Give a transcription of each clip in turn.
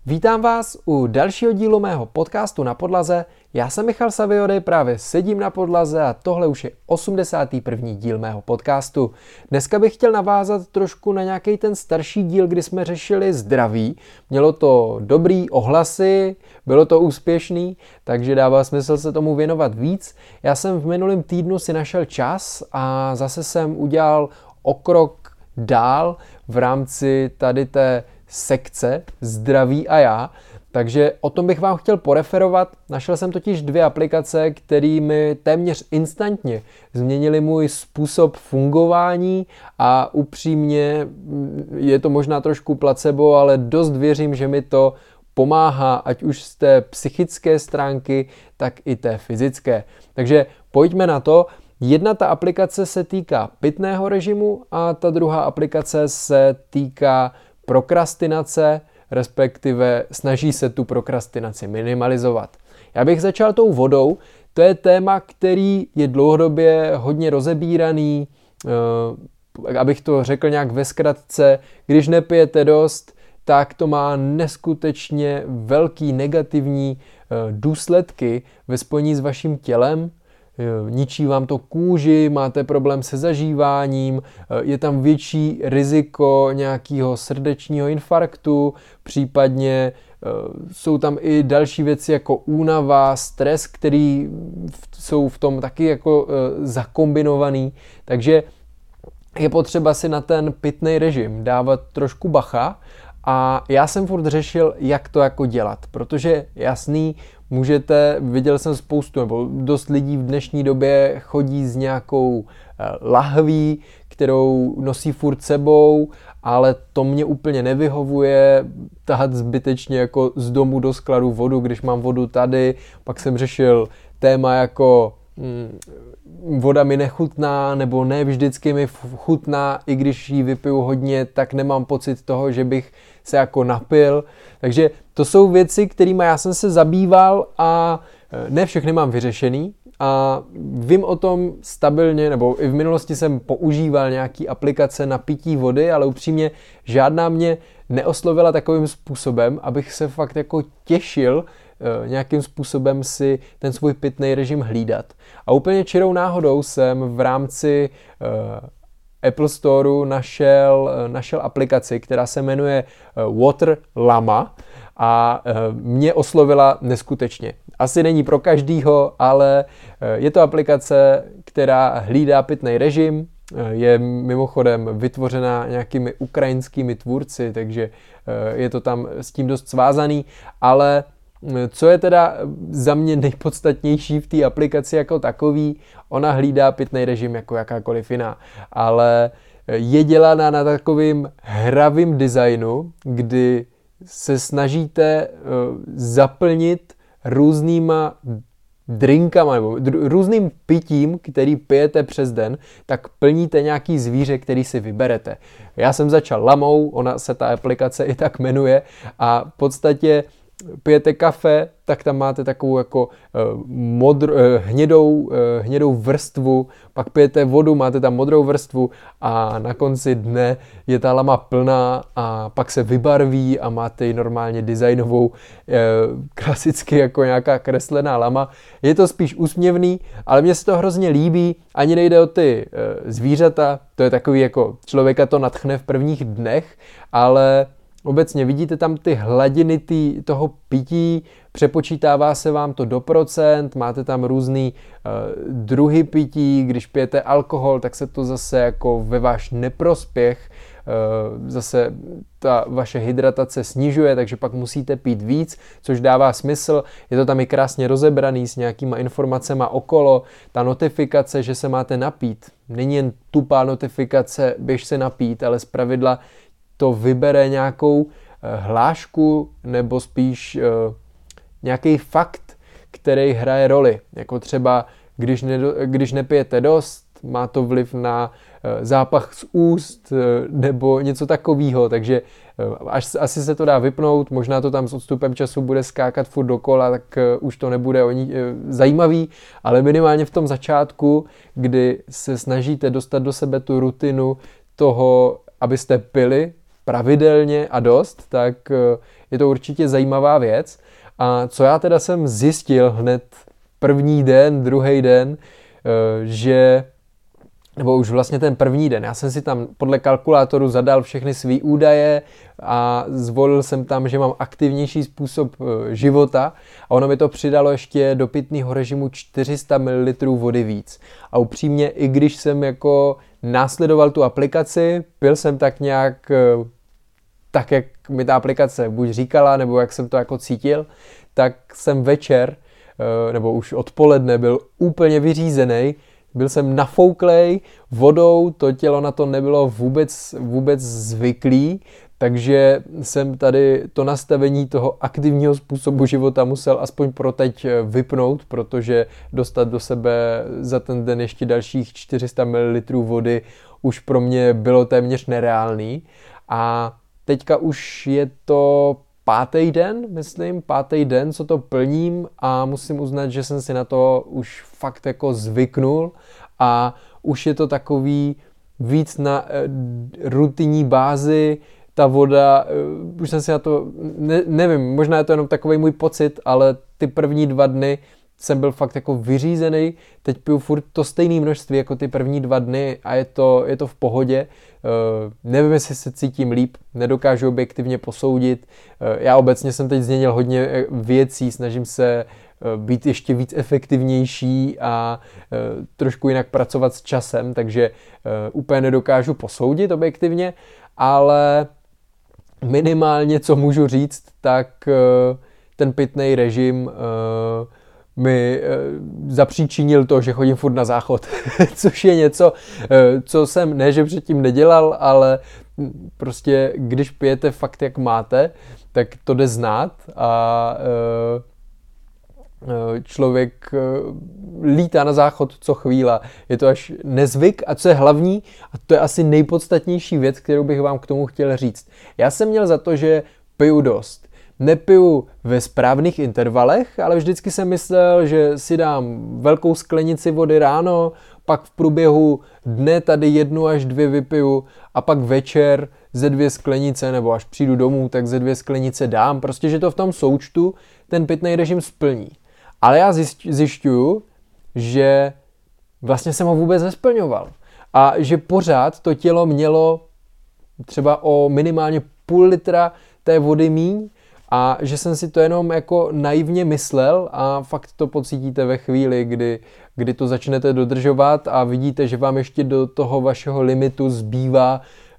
Vítám vás u dalšího dílu mého podcastu Na podlaze. Já jsem Michal Saviody, právě sedím na podlaze a tohle už je 81. díl mého podcastu. Dneska bych chtěl navázat trošku na nějaký ten starší díl, kdy jsme řešili zdraví. Mělo to dobrý ohlasy, bylo to úspěšný, takže dává smysl se tomu věnovat víc. Já jsem v minulém týdnu si našel čas a zase jsem udělal o krok dál v rámci tady té sekce Zdraví a já, takže o tom bych vám chtěl poreferovat. Našel jsem totiž 2 aplikace, které mi téměř instantně změnily můj způsob fungování a upřímně je to možná trošku placebo, ale dost věřím, že mi to pomáhá, ať už z té psychické stránky, tak i té fyzické. Takže pojďme na to. Jedna ta aplikace se týká pitného režimu a ta druhá aplikace se týká prokrastinace, respektive snaží se tu prokrastinaci minimalizovat. Já bych začal tou vodou. To je téma, který je dlouhodobě hodně rozebíraný, abych to řekl nějak ve zkratce. Když nepijete dost, tak to má neskutečně velký negativní důsledky ve spojení s vaším tělem. Ničí vám to kůži, máte problém se zažíváním, je tam větší riziko nějakého srdečního infarktu, případně jsou tam i další věci jako únava, stres, který jsou v tom taky jako zakombinovaný, takže je potřeba si na ten pitný režim dávat trošku bacha. A já jsem furt řešil, jak to jako dělat, protože jasný, viděl jsem spoustu, nebo dost lidí v dnešní době chodí s nějakou lahví, kterou nosí furt sebou, ale to mě úplně nevyhovuje, tahat zbytečně jako z domu do skladu vodu, když mám vodu tady. Pak jsem řešil téma jako voda mi nechutná, nebo ne vždycky mi chutná, i když ji vypiju hodně, tak nemám pocit toho, že bych se jako napil. Takže to jsou věci, kterými já jsem se zabýval a ne všechny mám vyřešený a vím o tom stabilně, nebo i v minulosti jsem používal nějaký aplikace na pití vody, ale upřímně žádná mě neoslovila takovým způsobem, abych se fakt jako těšil nějakým způsobem si ten svůj pitný režim hlídat. A úplně čirou náhodou jsem v rámci Apple Storeu našel aplikaci, která se jmenuje Water Llama a mě oslovila neskutečně. Asi není pro každýho, ale je to aplikace, která hlídá pitný režim, je mimochodem vytvořená nějakými ukrajinskými tvůrci, takže je to tam s tím dost svázaný, ale co je teda za mě nejpodstatnější v té aplikaci jako takový, ona hlídá pitný režim jako jakákoliv jiná, ale je dělaná na takovým hravým designu, kdy se snažíte zaplnit různýma drinkama nebo různým pitím, který pijete přes den, tak plníte nějaký zvíře, který si vyberete. Já jsem začal lamou, ona se ta aplikace i tak jmenuje a v podstatě pijete kafe, tak tam máte takovou jako hnědou vrstvu, pak pijete vodu, máte tam modrou vrstvu a na konci dne je ta lama plná a pak se vybarví a máte ji normálně designovou, klasicky jako nějaká kreslená lama. Je to spíš úsměvný, ale mně se to hrozně líbí, ani nejde o ty zvířata, to je takový jako člověka to nadchne v prvních dnech, ale obecně vidíte tam ty hladiny toho pití, přepočítává se vám to do procent, máte tam různý druhy pití, když pijete alkohol, tak se to zase jako ve váš neprospěch, zase ta vaše hydratace snižuje, takže pak musíte pít víc, což dává smysl, je to tam i krásně rozebraný s nějakýma informacema okolo, ta notifikace, že se máte napít, není jen tupá notifikace, běž se napít, ale zpravidla to vybere nějakou hlášku nebo spíš nějaký fakt, který hraje roli. Jako třeba, když nepijete dost, má to vliv na zápach z úst nebo něco takového, takže asi se to dá vypnout, možná to tam s odstupem času bude skákat furt dokola, tak už to nebude zajímavý, ale minimálně v tom začátku, kdy se snažíte dostat do sebe tu rutinu toho, abyste pili pravidelně a dost, tak je to určitě zajímavá věc. A co já teda jsem zjistil hned první den, druhý den, že nebo už vlastně ten první den. Já jsem si tam podle kalkulátoru zadal všechny svý údaje a zvolil jsem tam, že mám aktivnější způsob života a ono mi to přidalo ještě do pitného režimu 400 ml vody víc. A upřímně, i když jsem jako následoval tu aplikaci, pil jsem tak nějak tak, jak mi ta aplikace buď říkala, nebo jak jsem to jako cítil, tak jsem večer, nebo už odpoledne byl úplně vyřízený. Byl jsem nafouklej vodou, to tělo na to nebylo vůbec zvyklý, takže jsem tady to nastavení toho aktivního způsobu života musel aspoň pro teď vypnout, protože dostat do sebe za ten den ještě dalších 400 ml vody už pro mě bylo téměř nereálný. A teďka už je to pátý den, co to plním a musím uznat, že jsem si na to už fakt jako zvyknul a už je to takový víc na rutinní bázi, ta voda, už jsem si na to, nevím, možná je to jenom takový můj pocit, ale ty první 2 dny jsem byl fakt jako vyřízený, teď piju furt to stejné množství jako ty první 2 dny a je to v pohodě. Nevím, jestli se cítím líp, nedokážu objektivně posoudit. Já obecně jsem teď změnil hodně věcí, snažím se být ještě víc efektivnější a trošku jinak pracovat s časem, takže úplně nedokážu posoudit objektivně, ale minimálně, co můžu říct, tak ten pitný režim mi zapříčinil to, že chodím furt na záchod, což je něco, co jsem ne, že předtím nedělal, ale prostě když pijete fakt jak máte, tak to jde znát a člověk lítá na záchod co chvíla. Je to až nezvyk a co je hlavní, a to je asi nejpodstatnější věc, kterou bych vám k tomu chtěl říct. Já jsem měl za to, že piju dost. Nepiju ve správných intervalech, ale vždycky jsem myslel, že si dám velkou sklenici vody ráno, pak v průběhu dne tady 1 až 2 vypiju a pak večer ze 2 sklenice, nebo až přijdu domů, tak ze 2 sklenice dám. Prostě, že to v tom součtu ten pitný režim splní. Ale já zjišťuju, že vlastně jsem ho vůbec nesplňoval. A že pořád to tělo mělo třeba o minimálně půl litra té vody míň, a že jsem si to jenom jako naivně myslel a fakt to pocítíte ve chvíli, kdy to začnete dodržovat a vidíte, že vám ještě do toho vašeho limitu zbývá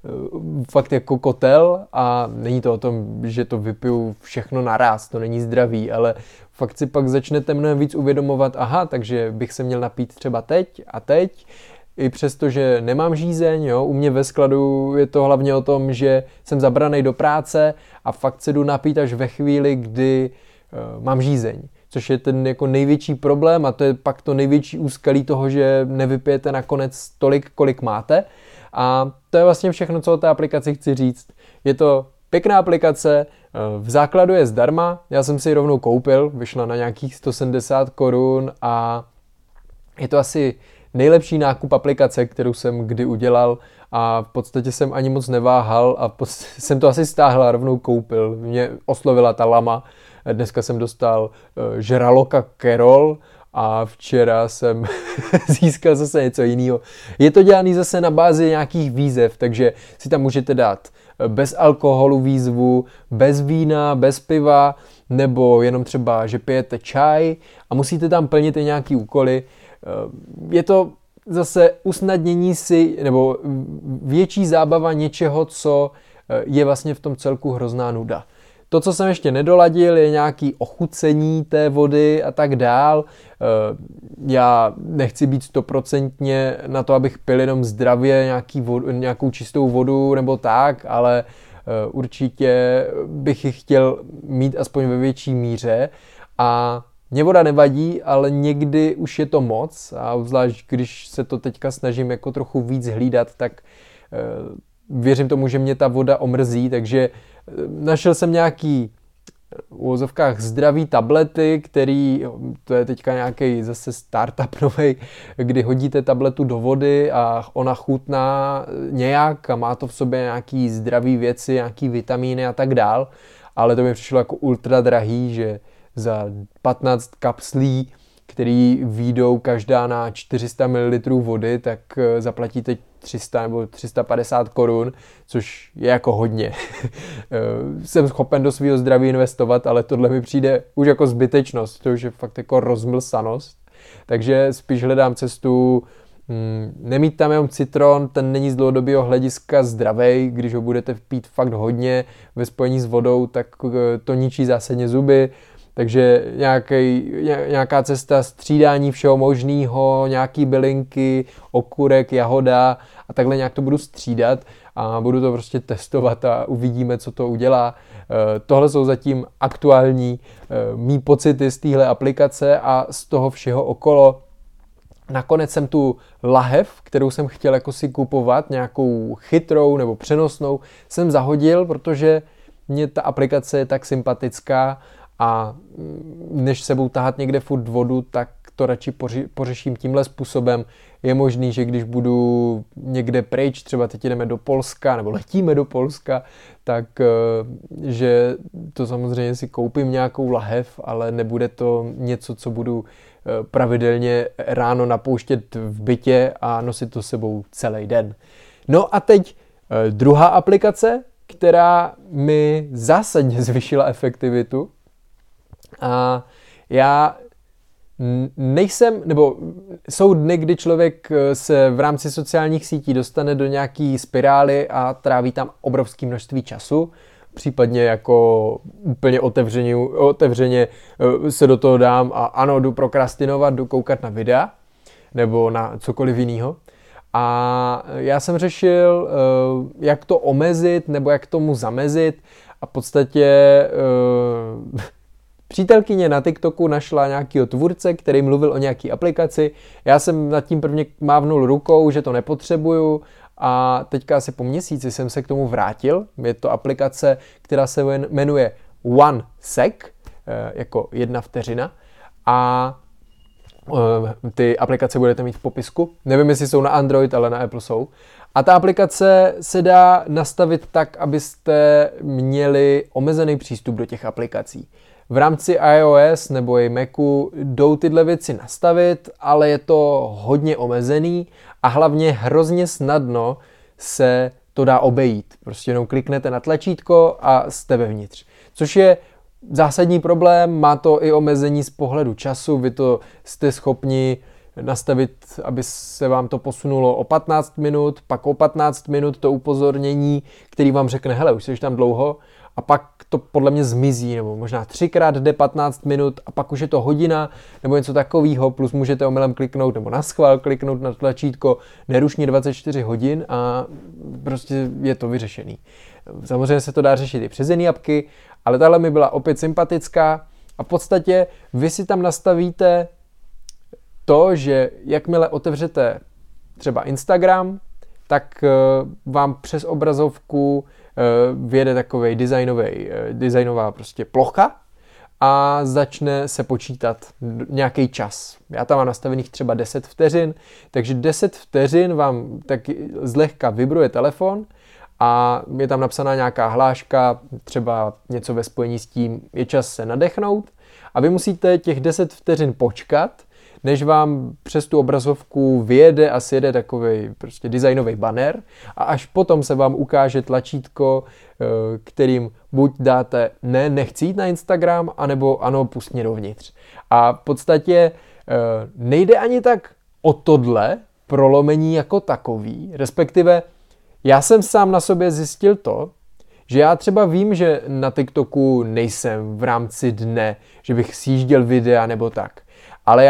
fakt jako kotel a není to o tom, že to vypiju všechno naraz, to není zdravý, ale fakt si pak začnete mnohem víc uvědomovat, aha, takže bych se měl napít třeba teď a teď, i přesto, že nemám žízeň, jo, u mě ve skladu je to hlavně o tom, že jsem zabranej do práce a fakt se jdu napít až ve chvíli, kdy mám žízeň, což je ten jako největší problém a to je pak to největší úskalí toho, že nevypijete nakonec tolik, kolik máte. A to je vlastně všechno, co o té aplikaci chci říct. Je to pěkná aplikace, v základu je zdarma, já jsem si ji rovnou koupil, vyšla na nějakých 170 korun a je to asi nejlepší nákup aplikace, kterou jsem kdy udělal a v podstatě jsem ani moc neváhal a jsem to asi stáhl a rovnou koupil. Mě oslovila ta lama, dneska jsem dostal žraloka Carol a včera jsem získal zase něco jiného. Je to dělaný zase na bázi nějakých výzev, takže si tam můžete dát bez alkoholu výzvu, bez vína, bez piva, nebo jenom třeba, že pijete čaj a musíte tam plnit i nějaký úkoly. Je to zase usnadnění si, nebo větší zábava něčeho, co je vlastně v tom celku hrozná nuda. To, co jsem ještě nedoladil, je nějaký ochucení té vody a tak dál. Já nechci být 100% na to, abych pil jenom zdravě nějakou čistou vodu nebo tak, ale určitě bych ji chtěl mít aspoň ve větší míře a mě voda nevadí, ale někdy už je to moc a zvlášť když se to teďka snažím jako trochu víc hlídat, tak věřím tomu, že mě ta voda omrzí, takže našel jsem nějaký v uvozovkách zdravý tablety, to je teďka nějaký zase startup novej, kdy hodíte tabletu do vody a ona chutná nějak a má to v sobě nějaký zdravý věci, nějaký vitamíny a tak dál. ale to mi přišlo jako ultra drahý, že za 15 kapslí, který výjdou každá na 400 ml vody, tak zaplatíte 300 nebo 350 korun, což je jako hodně. Jsem schopen do svého zdraví investovat, ale tohle mi přijde už jako zbytečnost, to už je fakt jako rozmlsanost. Takže spíš hledám cestu, nemít tam jenom citron, ten není z dlouhodobého hlediska zdravej, když ho budete pít fakt hodně ve spojení s vodou, tak to ničí zásadně zuby. Takže nějaká cesta střídání všeho možného, nějaký bylinky, okurek, jahoda a takhle nějak to budu střídat a budu to prostě testovat a uvidíme, co to udělá. Tohle jsou zatím aktuální mý pocity z téhle aplikace a z toho všeho okolo. Nakonec jsem tu lahev, kterou jsem chtěl jako si kupovat, nějakou chytrou nebo přenosnou, jsem zahodil, protože mě ta aplikace je tak sympatická a než se budu tahat někde furt vodu, tak to radši pořeším tímhle způsobem. Je možný, že když budu někde pryč, třeba teď jdeme do Polska, nebo letíme do Polska, tak že to samozřejmě si koupím nějakou lahev, ale nebude to něco, co budu pravidelně ráno napouštět v bytě a nosit to sebou celý den. No a teď druhá aplikace, která mi zásadně zvyšila efektivitu. A já nejsem, nebo jsou dny, kdy člověk se v rámci sociálních sítí dostane do nějaký spirály a tráví tam obrovské množství času, případně jako úplně otevřeně se do toho dám a ano, jdu prokrastinovat, jdu koukat na videa nebo na cokoliv jiného. A já jsem řešil, jak to omezit nebo jak tomu zamezit a v podstatě přítelkyně na TikToku našla nějakýho tvůrce, který mluvil o nějaký aplikaci. Já jsem nad tím prvně mávnul rukou, že to nepotřebuju a teďka asi po měsíci jsem se k tomu vrátil. Je to aplikace, která se jmenuje One Sec, jako 1 vteřina a ty aplikace budete mít v popisku. Nevím, jestli jsou na Android, ale na Apple jsou. A ta aplikace se dá nastavit tak, abyste měli omezený přístup do těch aplikací. V rámci iOS nebo i Macu jdou tyhle věci nastavit, ale je to hodně omezený a hlavně hrozně snadno se to dá obejít. Prostě jenom kliknete na tlačítko a jste vevnitř. Což je zásadní problém, má to i omezení z pohledu času, vy to jste schopni nastavit, aby se vám to posunulo o 15 minut, pak o 15 minut to upozornění, který vám řekne, hele, už jsi tam dlouho, a pak to podle mě zmizí, nebo možná 3x jde 15 minut a pak už je to hodina nebo něco takového, plus můžete omylem kliknout nebo naschvál kliknout na tlačítko nerušně 24 hodin a prostě je to vyřešený. Samozřejmě se to dá řešit i přes jiné apky, ale tahle mi byla opět sympatická a v podstatě vy si tam nastavíte to, že jakmile otevřete třeba Instagram, tak vám přes obrazovku vyjede takovej designová prostě plocha a začne se počítat nějaký čas. Já tam mám nastavených třeba 10 vteřin, takže 10 vteřin vám tak zlehka vibruje telefon a je tam napsaná nějaká hláška, třeba něco ve spojení s tím, je čas se nadechnout a vy musíte těch 10 vteřin počkat, než vám přes tu obrazovku vyjede a sjede takový prostě designový banner a až potom se vám ukáže tlačítko, kterým buď dáte ne, nechci jít na Instagram, anebo ano, pust mě dovnitř. A v podstatě nejde ani tak o tohle prolomení jako takový, respektive já jsem sám na sobě zjistil to, že já třeba vím, že na TikToku nejsem v rámci dne, že bych sjížděl videa nebo tak. Ale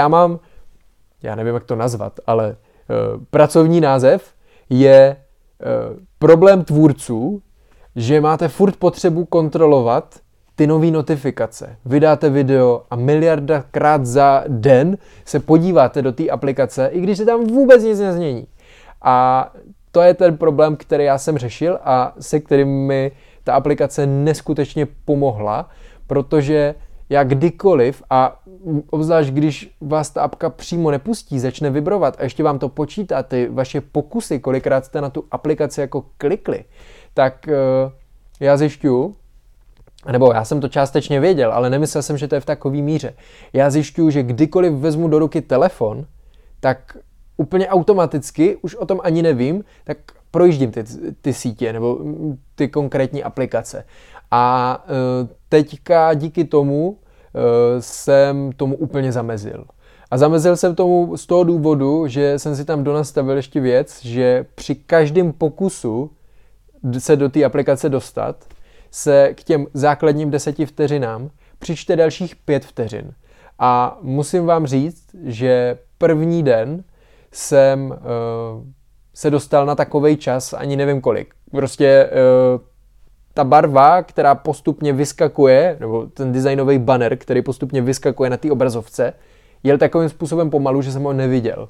já nevím, jak to nazvat, ale pracovní název je problém tvůrců, že máte furt potřebu kontrolovat ty nové notifikace. Vydáte video a miliardakrát za den se podíváte do té aplikace, i když se tam vůbec nic nezmění. A to je ten problém, který já jsem řešil a se kterým mi ta aplikace neskutečně pomohla, protože já kdykoliv a obzvlášť, když vás ta apka přímo nepustí, začne vibrovat a ještě vám to počítá, ty vaše pokusy, kolikrát jste na tu aplikaci jako klikli, tak já zjišťuju, nebo já jsem to částečně věděl, ale nemyslel jsem, že to je v takové míře. Já zjišťuju, že kdykoliv vezmu do ruky telefon, tak úplně automaticky, už o tom ani nevím, tak projíždím ty sítě nebo ty konkrétní aplikace. A teďka díky tomu jsem tomu úplně zamezil. A zamezil jsem tomu z toho důvodu, že jsem si tam donastavil ještě věc, že při každém pokusu se do té aplikace dostat, se k těm základním 10 vteřinám přičte dalších 5 vteřin. A musím vám říct, že první den jsem se dostal na takovej čas, ani nevím kolik. Prostě ta barva, která postupně vyskakuje, nebo ten designový banner, který postupně vyskakuje na té obrazovce, jel takovým způsobem pomalu, že jsem ho neviděl.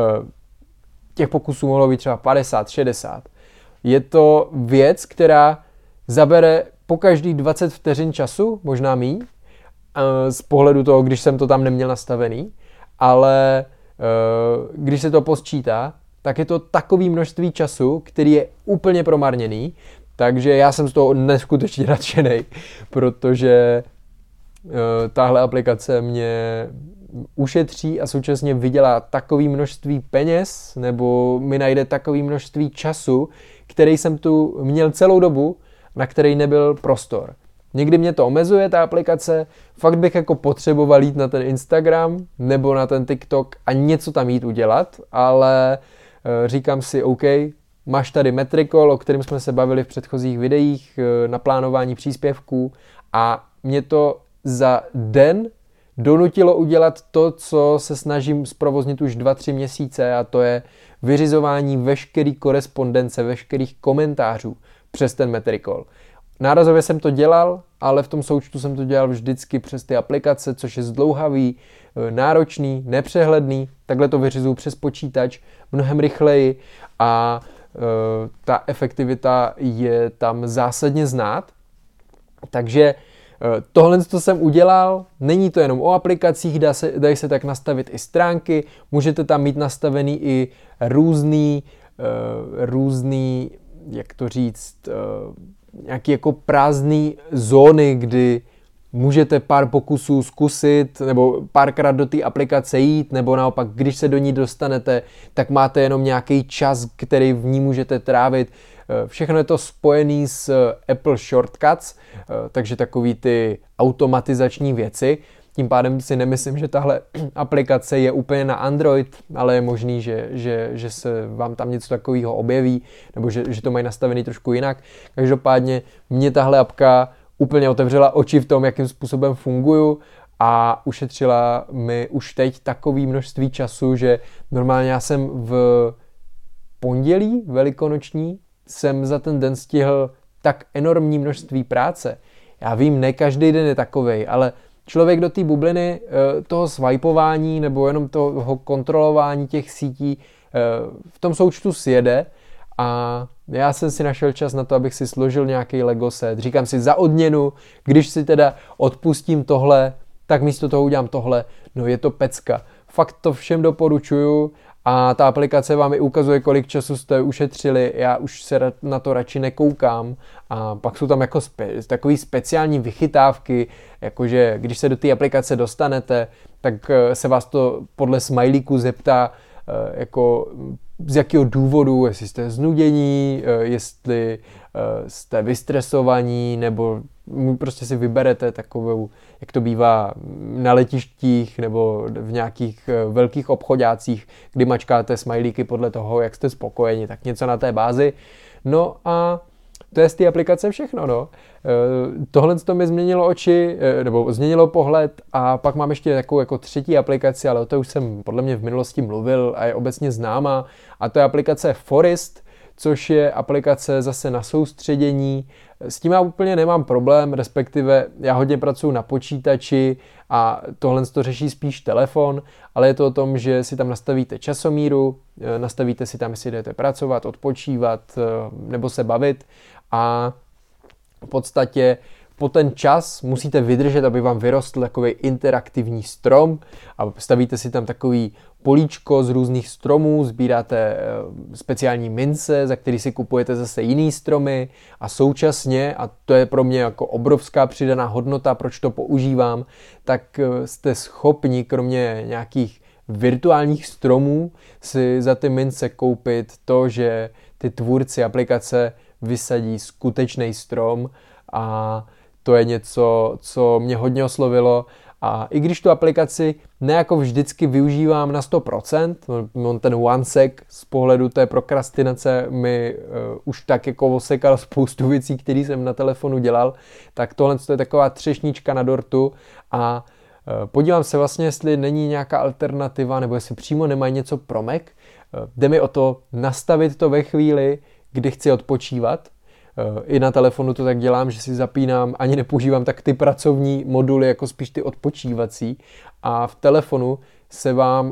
Těch pokusů mohlo být třeba 50, 60. Je to věc, která zabere po každý 20 vteřin času, možná míň, z pohledu toho, když jsem to tam neměl nastavený, ale když se to posčítá, tak je to takové množství času, který je úplně promarněný, takže já jsem z toho neskutečně nadšenej, protože tahle aplikace mě ušetří a současně vydělá takové množství peněz, nebo mi najde takové množství času, který jsem tu měl celou dobu, na který nebyl prostor. Někdy mě to omezuje, ta aplikace, fakt bych jako potřeboval jít na ten Instagram nebo na ten TikTok a něco tam jít udělat, ale říkám si, OK, máš tady Metricool, o kterém jsme se bavili v předchozích videích, na plánování příspěvků a mě to za den donutilo udělat to, co se snažím zprovoznit už 2-3 měsíce a to je vyřizování veškerý korespondence, veškerých komentářů přes ten Metricool. Nárazově jsem to dělal, ale v tom součtu jsem to dělal vždycky přes ty aplikace, což je zdlouhavý, náročný, nepřehledný. Takhle to vyřizuju přes počítač mnohem rychleji a ta efektivita je tam zásadně znát. Takže tohle, co jsem udělal, není to jenom o aplikacích, dají se tak nastavit i stránky, můžete tam mít nastavený i různý, jak to říct, nějaký jako prázdný zóny, kdy můžete pár pokusů zkusit, nebo párkrát do té aplikace jít, nebo naopak, když se do ní dostanete, tak máte jenom nějaký čas, který v ní můžete trávit. Všechno je to spojené s Apple Shortcuts, takže takový ty automatizační věci. Tím pádem si nemyslím, že tahle aplikace je úplně na Android, ale je možný, že se vám tam něco takového objeví, nebo že to mají nastavený trošku jinak. Každopádně mě tahle apka úplně otevřela oči v tom, jakým způsobem funguju a ušetřila mi už teď takové množství času, že normálně já jsem v pondělí velikonoční jsem za ten den stihl tak enormní množství práce. Já vím, ne každý den je takovej, ale člověk do té bubliny toho swipování nebo jenom toho kontrolování těch sítí v tom součtu sjede a já jsem si našel čas na to, abych si složil nějaký Lego set. Říkám si za odměnu, když si teda odpustím tohle, tak místo toho udělám tohle. No je to pecka. Fakt to všem doporučuju a ta aplikace vám i ukazuje, kolik času jste ušetřili. Já už se na to radši nekoukám a pak jsou tam jako takový speciální vychytávky, jakože když se do té aplikace dostanete, tak se vás to podle smajlíku zeptá, jako z jakého důvodu, jestli jste znudění, jestli jste vystresovaní, nebo prostě si vyberete takovou, jak to bývá na letištích nebo v nějakých velkých obchodácích, kdy mačkáte smajlíky podle toho, jak jste spokojeni, tak něco na té bázi. No a to je z té aplikace všechno, no. Tohle to mi změnilo oči, nebo změnilo pohled a pak mám ještě takovou jako třetí aplikaci, ale o to už jsem podle mě v minulosti mluvil a je obecně známá a to je aplikace Forest, což je aplikace zase na soustředění. S tím já úplně nemám problém, respektive já hodně pracuji na počítači a tohle to řeší spíš telefon, ale je to o tom, že si tam nastavíte časomíru, nastavíte si tam, jestli jdete pracovat, odpočívat nebo se bavit a v podstatě po ten čas musíte vydržet, aby vám vyrostl takový interaktivní strom a stavíte si tam takový políčko z různých stromů, sbíráte speciální mince, za který si kupujete zase jiný stromy a současně, a to je pro mě jako obrovská přidaná hodnota, proč to používám, tak jste schopni kromě nějakých virtuálních stromů si za ty mince koupit to, že ty tvůrci aplikace vysadí skutečný strom a to je něco, co mě hodně oslovilo. A i když tu aplikaci ne jako vždycky využívám na 100%, on ten OneSec z pohledu té prokrastinace mi už tak jako osekal spoustu věcí, které jsem na telefonu dělal, tak tohle je taková třešnička na dortu a podívám se vlastně, jestli není nějaká alternativa, nebo jestli přímo nemají něco pro Mac. Jde mi o to nastavit to ve chvíli, kdy chci odpočívat. I na telefonu to tak dělám, že si zapínám, ani nepoužívám tak ty pracovní moduly, jako spíš ty odpočívací. A v telefonu se vám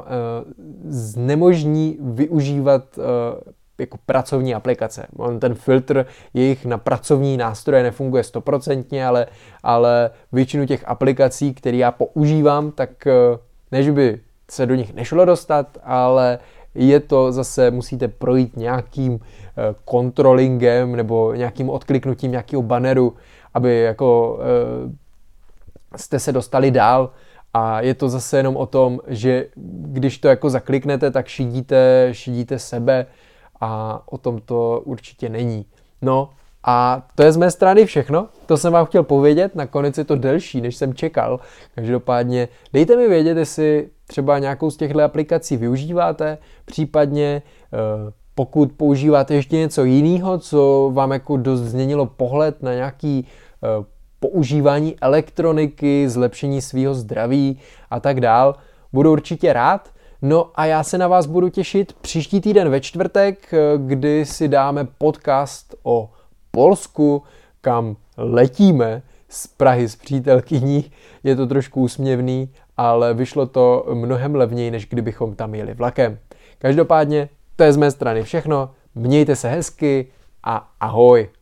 znemožní využívat jako pracovní aplikace. Ten filtr jejich na pracovní nástroje nefunguje 100%, ale většinu těch aplikací, které já používám, tak ne, že by se do nich nešlo dostat, ale je to zase, musíte projít nějakým kontrolingem nebo nějakým odkliknutím nějakého banneru, aby jako jste se dostali dál. A je to zase jenom o tom, že když to jako zakliknete, tak šidíte sebe a o tom to určitě není. No a to je z mé strany všechno. To jsem vám chtěl povědět, nakonec je to delší, než jsem čekal. Každopádně dejte mi vědět, jestli třeba nějakou z těchto aplikací využíváte, případně pokud používáte ještě něco jiného, co vám jako dost změnilo pohled na nějaký používání elektroniky, zlepšení svého zdraví a tak dál, budu určitě rád. No a já se na vás budu těšit příští týden ve čtvrtek, kdy si dáme podcast o Polsku, kam letíme z Prahy s přítelkyní. Je to trošku úsměvný, ale vyšlo to mnohem levněji, než kdybychom tam jeli vlakem. Každopádně to je z mé strany všechno. Mějte se hezky a ahoj.